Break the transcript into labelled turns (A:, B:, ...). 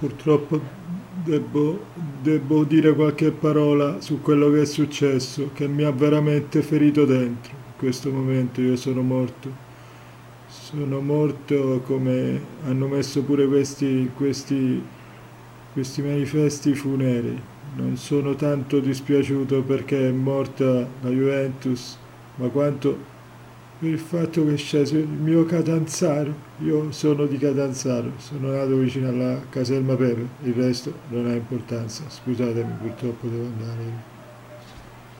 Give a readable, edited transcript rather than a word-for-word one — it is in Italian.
A: Purtroppo devo dire qualche parola su quello che è successo, che mi ha veramente ferito dentro. In questo momento io sono morto. Sono morto come hanno messo pure questi manifesti funeri. Non sono tanto dispiaciuto perché è morta la Juventus, ma quanto per il fatto che è sceso il mio Catanzaro. Io sono di Catanzaro, sono nato vicino alla caserma Pepe, il resto non ha importanza. Scusatemi, purtroppo devo andare.